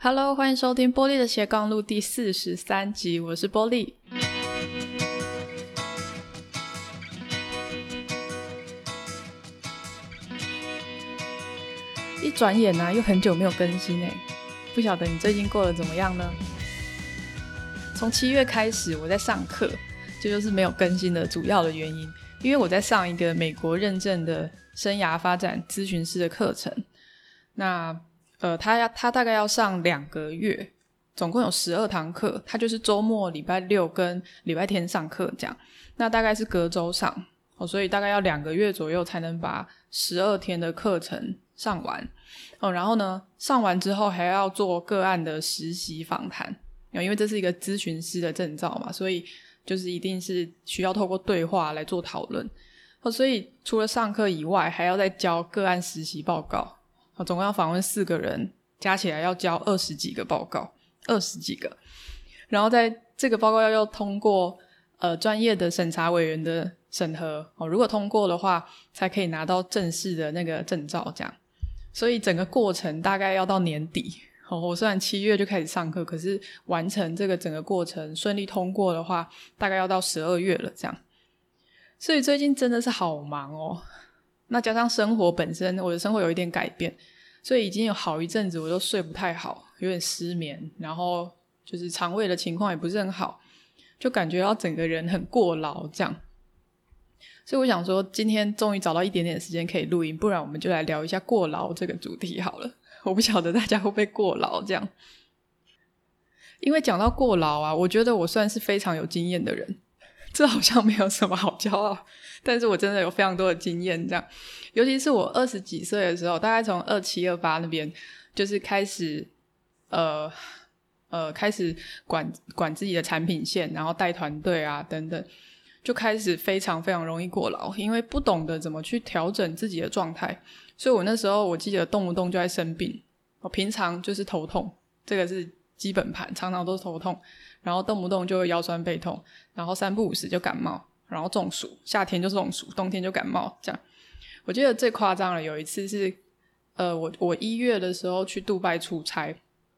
Hello， 欢迎收听波莉的斜杠路第43集，我是波莉。一转眼又很久没有更新不晓得你最近过得怎么样呢？从7月开始我在上课，这就是没有更新的主要的原因，因为我在上一个美国认证的生涯发展咨询师的课程。那他大概要上2个月，总共有12堂课，他就是周末礼拜六跟礼拜天上课这样，那大概是隔周上所以大概要2个月左右才能把12天的课程上完然后呢上完之后还要做个案的实习访谈，因为这是一个咨询师的证照嘛，所以就是一定是需要透过对话来做讨论所以除了上课以外还要再交个案实习报告总共要访问4个人，加起来要交20几个报告，20几个，然后在这个报告要通过专业的审查委员的审核如果通过的话才可以拿到正式的那个证照这样，所以整个过程大概要到年底我虽然7月就开始上课，可是完成这个整个过程顺利通过的话大概要到12月了这样，所以最近真的是好忙那加上生活本身，我的生活有一点改变，所以已经有好一阵子我都睡不太好，有点失眠，然后就是肠胃的情况也不是很好，就感觉到整个人很过劳这样。所以我想说今天终于找到一点点时间可以录音，不然我们就来聊一下过劳这个主题好了。我不晓得大家会不会过劳这样，因为讲到过劳我觉得我算是非常有经验的人，这好像没有什么好骄傲，但是我真的有非常多的经验这样，尤其是我20几岁的时候，大概从27、28那边就是开始开始管自己的产品线，然后带团队等等，就开始非常非常容易过劳，因为不懂得怎么去调整自己的状态，所以我那时候我记得动不动就在生病，我平常就是头痛，这个是基本盘，常常都是头痛，然后动不动就会腰酸背痛，然后3不5时就感冒，然后中暑，夏天就中暑，冬天就感冒这样。我记得最夸张的有一次是我1月的时候去杜拜出差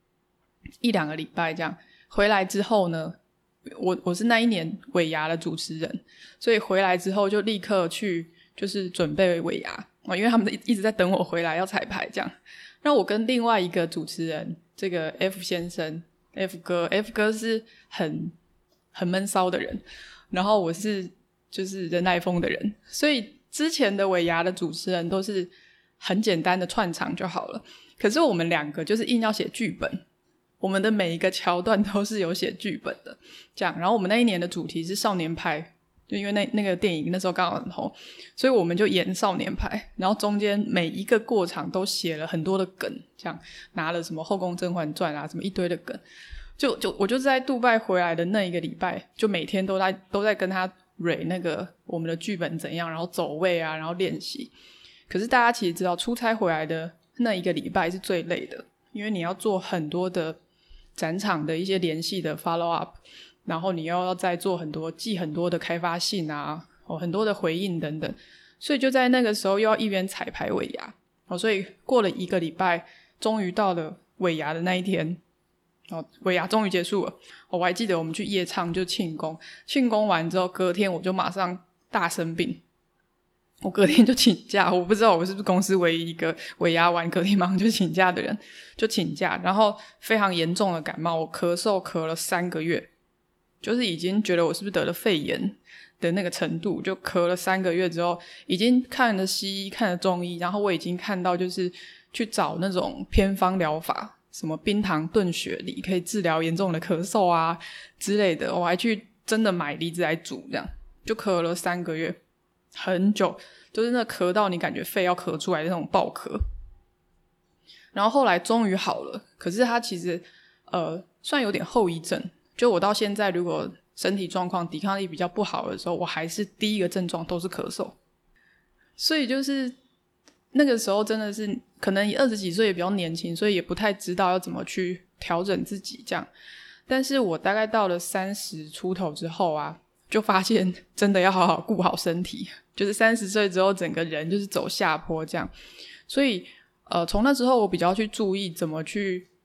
1-2个礼拜这样，回来之后呢我是那一年尾牙的主持人，所以回来之后就立刻去就是准备尾牙因为他们一直在等我回来要彩排这样。那我跟另外一个主持人这个 F 先生 F 哥是很闷骚的人，然后我是就是人来疯的人，所以之前的尾牙的主持人都是很简单的串场就好了，可是我们2个就是硬要写剧本，我们的每一个桥段都是有写剧本的这样。然后我们那一年的主题是少年派，就因为那个电影那时候刚好很红，所以我们就演少年派，然后中间每一个过场都写了很多的梗，这样拿了什么后宫甄嬛传什么一堆的梗，我就在杜拜回来的那一个礼拜，就每天都在跟他蕊那个我们的剧本怎样，然后走位然后练习。可是大家其实知道出差回来的那一个礼拜是最累的，因为你要做很多的展场的一些联系的 follow up， 然后你又要再做寄很多的开发信很多的回应等等，所以就在那个时候又要一边彩排尾牙所以过了1个礼拜终于到了尾牙的那一天尾牙终于结束了我还记得我们去夜唱就庆功完之后隔天我就马上大生病，我隔天就请假，我不知道我是不是公司唯一一个尾牙完隔天马上就请假的人，就请假，然后非常严重的感冒，我咳嗽咳了3个月，就是已经觉得我是不是得了肺炎的那个程度，就咳了3个月之后，已经看了西医看了中医，然后我已经看到就是去找那种偏方疗法，什么冰糖炖雪梨可以治疗严重的咳嗽之类的，我还去真的买梨子来煮，这样就咳了3个月，很久，就是那咳到你感觉肺要咳出来的那种爆咳。然后后来终于好了，可是它其实算有点后遗症，就我到现在如果身体状况抵抗力比较不好的时候，我还是第一个症状都是咳嗽。所以就是那个时候真的是可能20几岁也比较年轻，所以也不太知道要怎么去调整自己这样。但是我大概到了30出头之后就发现真的要好好顾好身体，就是30岁之后整个人就是走下坡这样。所以从那之后我比较去注意怎么去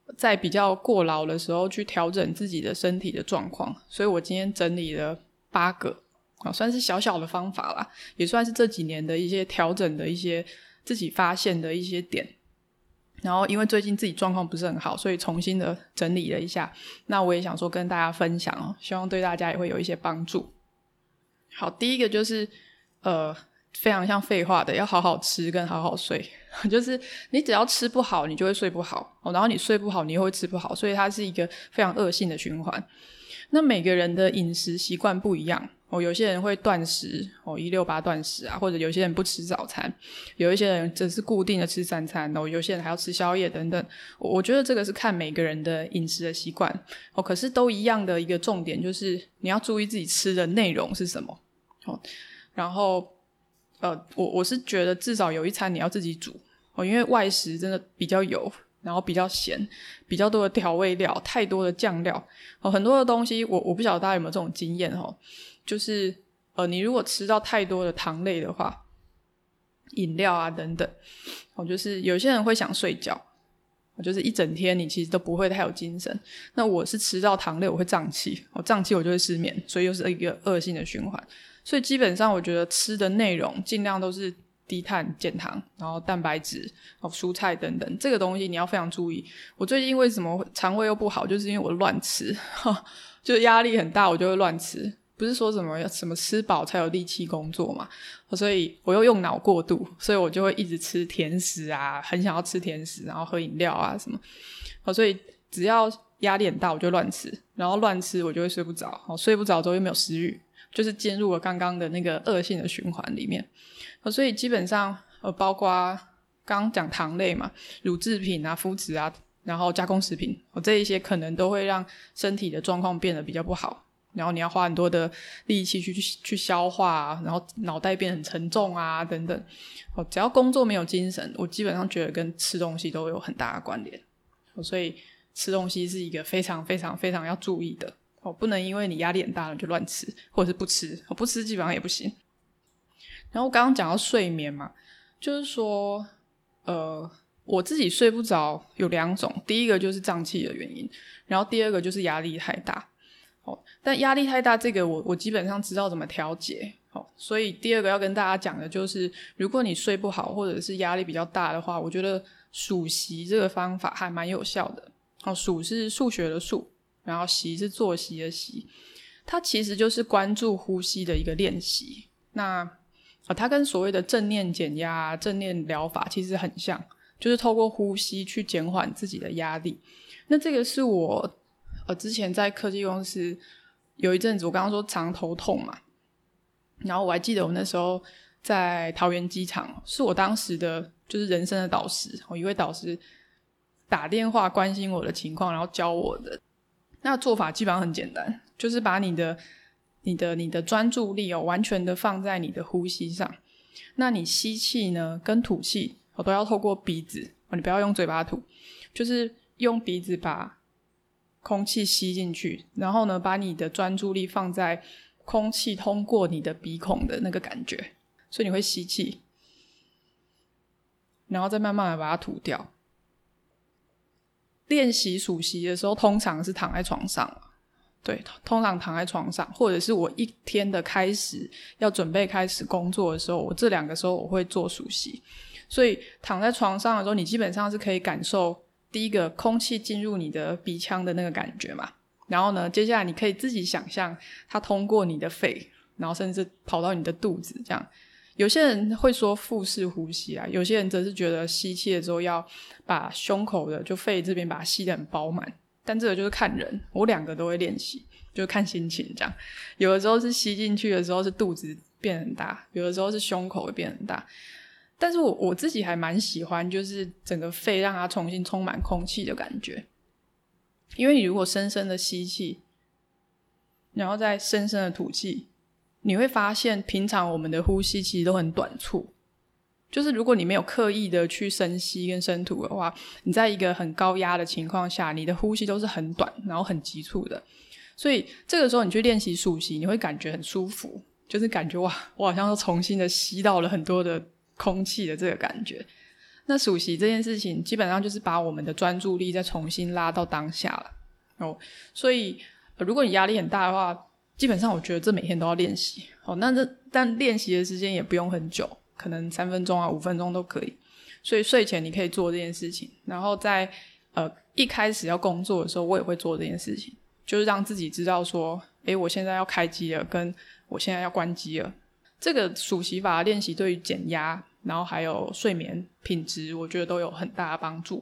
在比较过劳的时候去调整自己的身体的状况。所以我今天整理了8个算是小小的方法啦，也算是这几年的一些调整的一些自己发现的一些点。然后因为最近自己状况不是很好，所以重新的整理了一下，那我也想说跟大家分享希望对大家也会有一些帮助。好，第一个就是非常像废话的，要好好吃跟好好睡。就是你只要吃不好你就会睡不好然后你睡不好你又会吃不好，所以它是一个非常恶性的循环。那每个人的饮食习惯不一样有些人会断食168断食啊，或者有些人不吃早餐，有一些人只是固定的吃3餐有些人还要吃宵夜等等。我觉得这个是看每个人的饮食的习惯可是都一样的一个重点就是你要注意自己吃的内容是什么然后我是觉得至少有一餐你要自己煮因为外食真的比较油，然后比较咸，比较多的调味料，太多的酱料很多的东西我不晓得大家有没有这种经验就是你如果吃到太多的糖类的话，饮料啊等等就是有些人会想睡觉就是一整天你其实都不会太有精神。那我是吃到糖类我会胀气胀气我就会失眠，所以又是一个恶性的循环。所以基本上我觉得吃的内容尽量都是低碳减糖，然后蛋白质蔬菜等等，这个东西你要非常注意。我最近为什么肠胃又不好，就是因为我乱吃就压力很大我就会乱吃，不是说什么吃饱才有力气工作嘛，所以我又用脑过度，所以我就会一直吃甜食啊，很想要吃甜食，然后喝饮料啊什么所以只要压力很大我就乱吃，然后乱吃我就会睡不着睡不着之后又没有食欲，就是进入了刚刚的那个恶性的循环里面所以基本上包括刚刚讲糖类嘛，乳制品啊麸质啊，然后加工食品这一些可能都会让身体的状况变得比较不好，然后你要花很多的力气去消化啊，然后脑袋变得很沉重啊等等只要工作没有精神，我基本上觉得跟吃东西都有很大的关联所以吃东西是一个非常非常非常要注意的不能因为你压力很大了就乱吃，或者是不吃不吃基本上也不行。然后我刚刚讲到睡眠嘛，就是说我自己睡不着有2种，第一个就是胀气的原因，然后第二个就是压力太大但压力太大这个我基本上知道怎么调节所以第二个要跟大家讲的就是如果你睡不好或者是压力比较大的话，我觉得数息这个方法还蛮有效的数是数学的数，然后息是作息的息，它其实就是关注呼吸的一个练习。那它跟所谓的正念减压正念疗法其实很像，就是透过呼吸去减缓自己的压力。那这个是我之前在科技公司有一阵子我刚刚说常头痛嘛，然后我还记得我那时候在桃园机场，是我当时的就是人生的导师一位导师打电话关心我的情况，然后教我的。那做法基本上很简单，就是把你的专注力完全的放在你的呼吸上。那你吸气呢跟吐气都要透过鼻子你不要用嘴巴吐，就是用鼻子把空气吸进去，然后呢把你的专注力放在空气通过你的鼻孔的那个感觉，所以你会吸气，然后再慢慢的把它吐掉。练习数息的时候通常是躺在床上，对，通常躺在床上，或者是我一天的开始要准备开始工作的时候，我这2个时候我会做数息。所以躺在床上的时候你基本上是可以感受第一个空气进入你的鼻腔的那个感觉嘛，然后呢接下来你可以自己想象它通过你的肺，然后甚至跑到你的肚子这样。有些人会说腹式呼吸啊，有些人则是觉得吸气的时候要把胸口的就肺这边把它吸得很饱满，但这个就是看人，我2个都会练习，就是看心情这样。有的时候是吸进去的时候是肚子变很大，有的时候是胸口会变很大，但是我自己还蛮喜欢就是整个肺让它重新充满空气的感觉。因为你如果深深的吸气然后再深深的吐气，你会发现平常我们的呼吸其实都很短促，就是如果你没有刻意的去深吸跟深吐的话，你在一个很高压的情况下你的呼吸都是很短然后很急促的。所以这个时候你去练习数息，你会感觉很舒服，就是感觉哇，我好像又重新的吸到了很多的空气的这个感觉。 那数息这件事情基本上就是把我们的专注力再重新拉到当下了所以如果你压力很大的话，基本上我觉得这每天都要练习但练习的时间也不用很久，可能3分钟啊5分钟都可以。所以睡前你可以做这件事情，然后在一开始要工作的时候我也会做这件事情，就是让自己知道说我现在要开机了跟我现在要关机了。这个数息法的练习对于减压然后还有睡眠品质我觉得都有很大的帮助。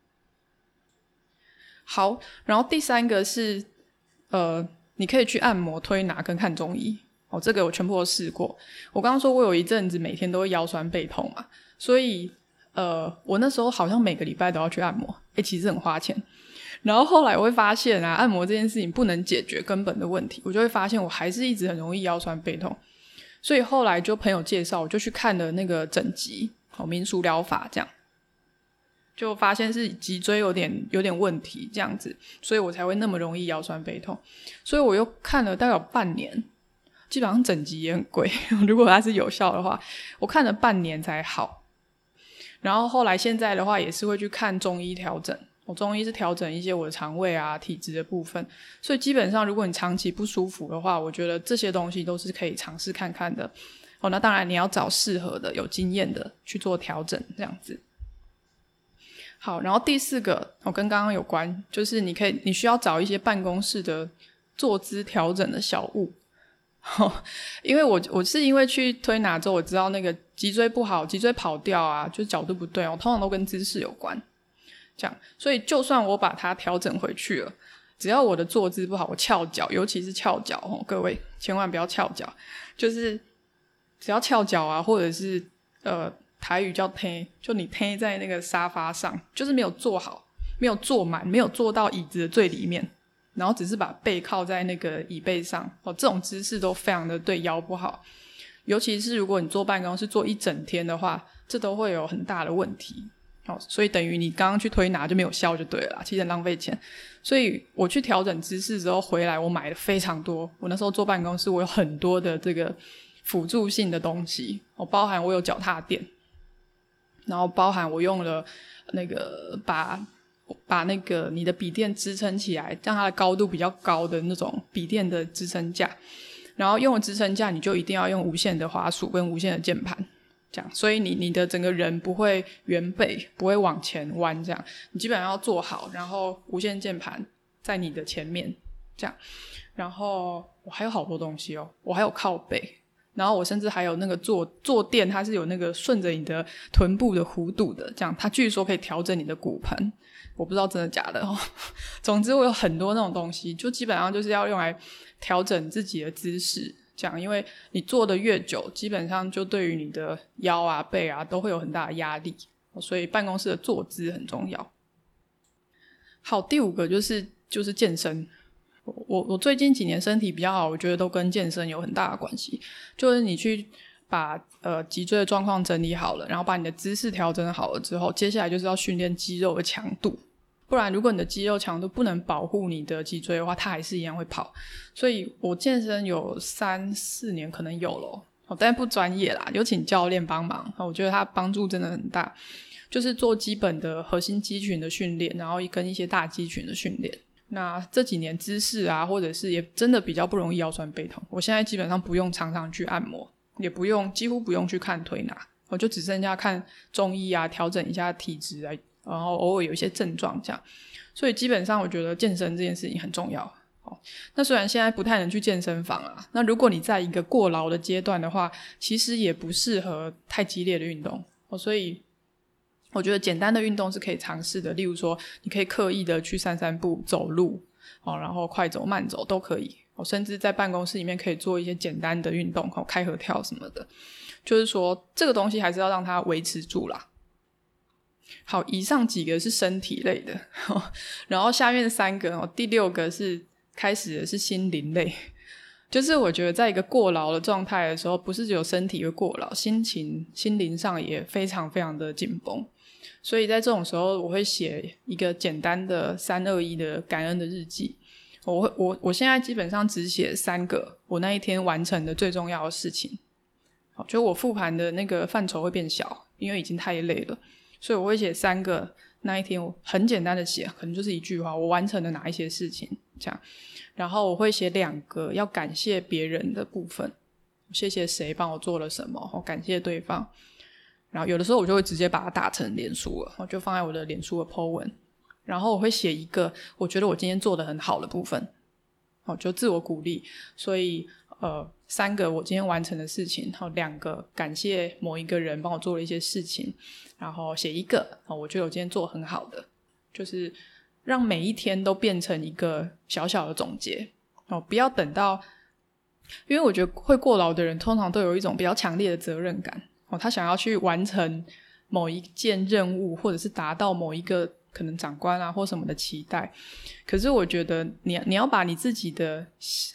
好，然后第3个是你可以去按摩推拿跟看中医这个我全部都试过。我刚刚说我有一阵子每天都会腰酸背痛嘛，所以我那时候好像每个礼拜都要去按摩其实很花钱。然后后来我会发现按摩这件事情不能解决根本的问题，我就会发现我还是一直很容易腰酸背痛。所以后来就朋友介绍，我就去看了那个整脊民俗疗法，这样就发现是脊椎有点问题这样子，所以我才会那么容易腰酸背痛。所以我又看了大概有半年，基本上整脊也很贵如果它是有效的话，我看了半年才好。然后后来现在的话也是会去看中医调整，中医是调整一些我的肠胃啊体质的部分。所以基本上如果你长期不舒服的话，我觉得这些东西都是可以尝试看看的那当然你要找适合的有经验的去做调整这样子。好，然后第4个跟刚刚有关，就是你需要找一些办公室的坐姿调整的小物因为我是因为去推拿之后我知道那个脊椎不好，脊椎跑掉啊，就是角度不对通常都跟姿势有关这样。所以就算我把它调整回去了，只要我的坐姿不好，我翘脚，尤其是翘脚各位千万不要翘脚，就是只要翘脚啊，或者是台语叫贴，就你贴在那个沙发上，就是没有坐好，没有坐满，没有坐到椅子的最里面，然后只是把背靠在那个椅背上这种姿势都非常的对腰不好。尤其是如果你坐办公室坐一整天的话，这都会有很大的问题所以等于你刚刚去推拿就没有效就对了啦，其实很浪费钱。所以我去调整姿势之后回来，我买了非常多，我那时候坐办公室我有很多的这个辅助性的东西包含我有脚踏垫，然后包含我用了那个把那个你的笔电支撑起来，让它的高度比较高的那种笔电的支撑架，然后用了支撑架你就一定要用无线的滑鼠跟无线的键盘这样，所以你的整个人不会圆背，不会往前弯这样，你基本上要坐好，然后无线键盘在你的前面这样。然后我还有好多东西我还有靠背，然后我甚至还有那个坐垫，它是有那个顺着你的臀部的弧度的这样，它据说可以调整你的骨盆，我不知道真的假的总之我有很多那种东西，就基本上就是要用来调整自己的姿势这样，因为你坐得越久，基本上就对于你的腰啊背啊都会有很大的压力，所以办公室的坐姿很重要。好，第5个就是健身。我最近几年身体比较好，我觉得都跟健身有很大的关系。就是你去把脊椎的状况整理好了，然后把你的姿势调整好了之后，接下来就是要训练肌肉的强度。不然如果你的肌肉强度不能保护你的脊椎的话，它还是一样会跑。所以我健身有3-4年可能有了但不专业啦，有请教练帮忙我觉得它帮助真的很大，就是做基本的核心肌群的训练，然后跟一些大肌群的训练。那这几年姿势啊，或者是也真的比较不容易腰酸背痛，我现在基本上不用常常去按摩，也几乎不用去看推拿，我就只剩下看中医啊，调整一下体质然后偶尔有一些症状这样。所以基本上我觉得健身这件事情很重要那虽然现在不太能去健身房啊，那如果你在一个过劳的阶段的话，其实也不适合太激烈的运动所以我觉得简单的运动是可以尝试的，例如说你可以刻意的去散步走路然后快走慢走都可以甚至在办公室里面可以做一些简单的运动开合跳什么的，就是说这个东西还是要让它维持住啦。好，以上几个是身体类的然后下面3个第6个是开始的是心灵类，就是我觉得在一个过劳的状态的时候，不是只有身体会过劳，心灵上也非常非常的紧绷。所以在这种时候我会写一个简单的321的感恩的日记。我现在基本上只写3个我那一天完成的最重要的事情，就我复盘的那个范畴会变小，因为已经太累了， 所以我会写3个那一天我很简单的写，可能就是一句话，我完成了哪一些事情这样。然后我会写2个要感谢别人的部分，谢谢谁帮我做了什么，感谢对方。然后有的时候我就会直接把它打成脸书了，我就放在我的脸书的 po 文。然后我会写一个我觉得我今天做得很好的部分，就自我鼓励。所以3个我今天完成的事情，2个感谢某一个人帮我做了一些事情，然后写1个我觉得我今天做得很好的，就是让每一天都变成一个小小的总结不要等到，因为我觉得会过劳的人通常都有一种比较强烈的责任感他想要去完成某一件任务，或者是达到某一个可能长官啊或什么的期待。可是我觉得你要把你自己的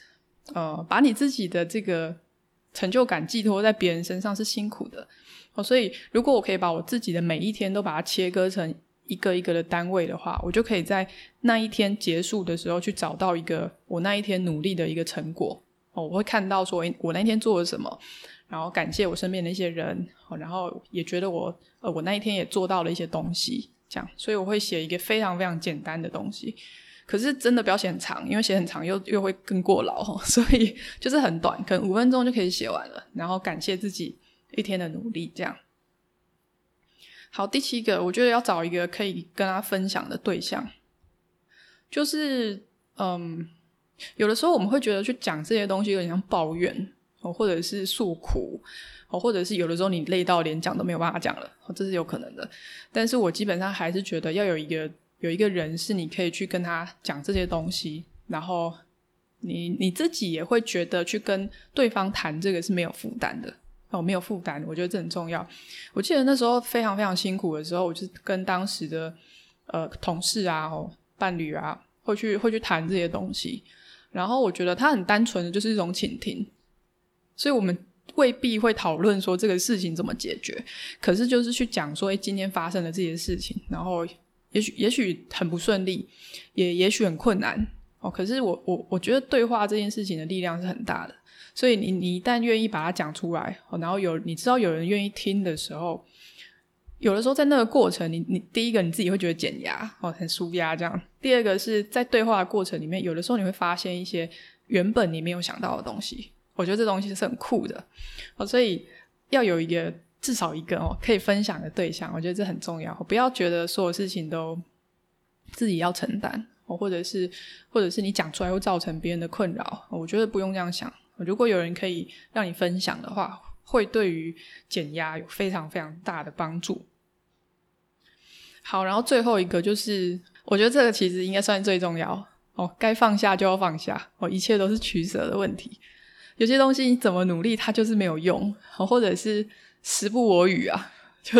这个成就感寄托在别人身上是辛苦的所以如果我可以把我自己的每一天都把它切割成一个一个的单位的话，我就可以在那一天结束的时候去找到一个我那一天努力的一个成果我会看到说我那一天做了什么，然后感谢我身边的一些人然后也觉得我那一天也做到了一些东西这样。所以我会写一个非常非常简单的东西，可是真的不要写很长，因为写很长又会更过劳所以就是很短，可能5分钟就可以写完了，然后感谢自己一天的努力这样。好，第7个我觉得要找一个可以跟他分享的对象，就是有的时候我们会觉得去讲这些东西有点像抱怨或者是诉苦或者是有的时候你累到连讲都没有办法讲了这是有可能的。但是我基本上还是觉得要有一个人是你可以去跟他讲这些东西，然后你自己也会觉得去跟对方谈这个是没有负担的没有负担，我觉得这很重要。我记得那时候非常非常辛苦的时候，我就跟当时的同事啊伴侣啊会去谈这些东西，然后我觉得他很单纯的就是一种倾听，所以我们未必会讨论说这个事情怎么解决，可是就是去讲说今天发生的这些事情，然后也许很不顺利，也许很困难可是我觉得对话这件事情的力量是很大的，所以你一旦愿意把它讲出来然后你知道有人愿意听的时候，有的时候在那个过程你第一个你自己会觉得减压很舒压这样，第二个是在对话的过程里面，有的时候你会发现一些原本你没有想到的东西，我觉得这东西是很酷的所以要有至少一个可以分享的对象，我觉得这很重要不要觉得所有事情都自己要承担或者是你讲出来会造成别人的困扰，我觉得不用这样想。如果有人可以让你分享的话，会对于减压有非常非常大的帮助。好，然后最后一个就是我觉得这个其实应该算最重要该放下就要放下一切都是取舍的问题。有些东西你怎么努力它就是没有用或者是时不我与啊，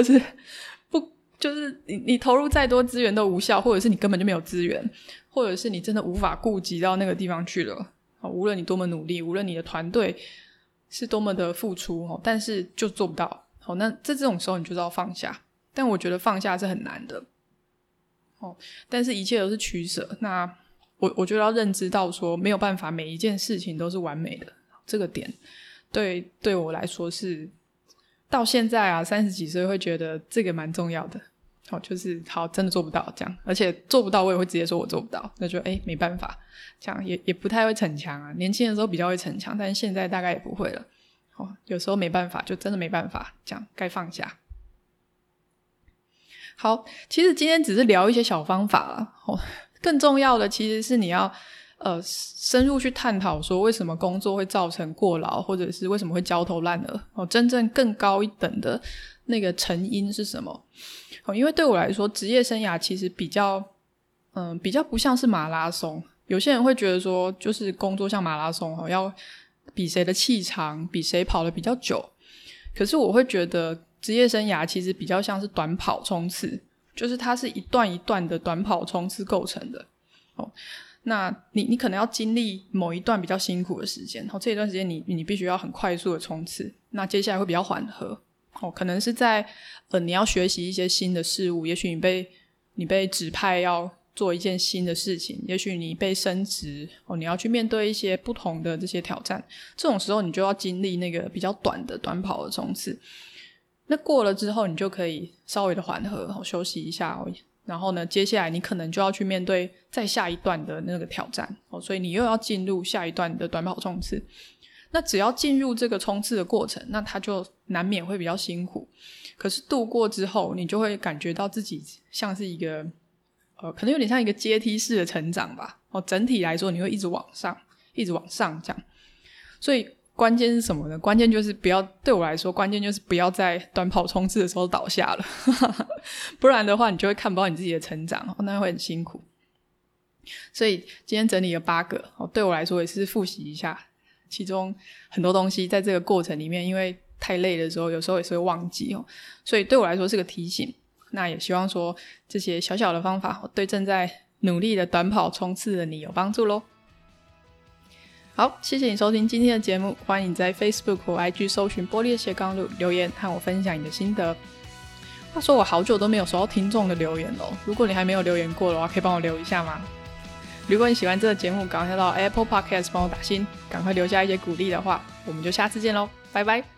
就是你投入再多资源都无效，或者是你根本就没有资源，或者是你真的无法顾及到那个地方去了无论你多么努力，无论你的团队是多么的付出但是就做不到那在这种时候你就知道放下。但我觉得放下是很难的但是一切都是取舍。那我觉得要认知到说没有办法每一件事情都是完美的，这个点对我来说是到现在啊30几岁会觉得这个蛮重要的就是真的做不到这样，而且做不到我也会直接说我做不到，那就没办法这样，也不太会逞强啊。年轻的时候比较会逞强，但是现在大概也不会了有时候没办法就真的没办法，这样该放下。好，其实今天只是聊一些小方法啦更重要的其实是你要深入去探讨说为什么工作会造成过劳，或者是为什么会焦头烂额真正更高一等的那个成因是什么因为对我来说职业生涯其实比较不像是马拉松。有些人会觉得说就是工作像马拉松要比谁的气长，比谁跑得比较久，可是我会觉得职业生涯其实比较像是短跑冲刺，就是它是一段一段的短跑冲刺构成的那你可能要经历某一段比较辛苦的时间这一段时间你必须要很快速的冲刺，那接下来会比较缓和可能是在你要学习一些新的事物，也许你被指派要做一件新的事情，也许你被升职你要去面对一些不同的这些挑战，这种时候你就要经历那个比较短的短跑的冲刺。 那过了之后你就可以稍微的缓和休息一下然后呢接下来你可能就要去面对再下一段的那个挑战所以你又要进入下一段的短跑冲刺。那只要进入这个冲刺的过程，那它就难免会比较辛苦，可是度过之后你就会感觉到自己像是一个可能有点像一个阶梯式的成长吧整体来说你会一直往上这样。所以关键是什么呢？关键就是不要，对我来说关键就是不要在短跑冲刺的时候倒下了不然的话你就会看不到你自己的成长那会很辛苦。所以今天整理了8个对我来说也是复习一下，其中很多东西在这个过程里面因为太累的时候有时候也是会忘记所以对我来说是个提醒。那也希望说这些小小的方法对正在努力的短跑冲刺的你有帮助咯。好，谢谢你收听今天的节目，欢迎在 Facebook 或 IG 搜寻玻璃斜杠路留言和我分享你的心得。话说我好久都没有收到听众的留言了，如果你还没有留言过的话可以帮我留一下吗？如果你喜欢这个节目赶快到 Apple Podcast 帮我打星，赶快留下一些鼓励的话，我们就下次见咯，拜拜。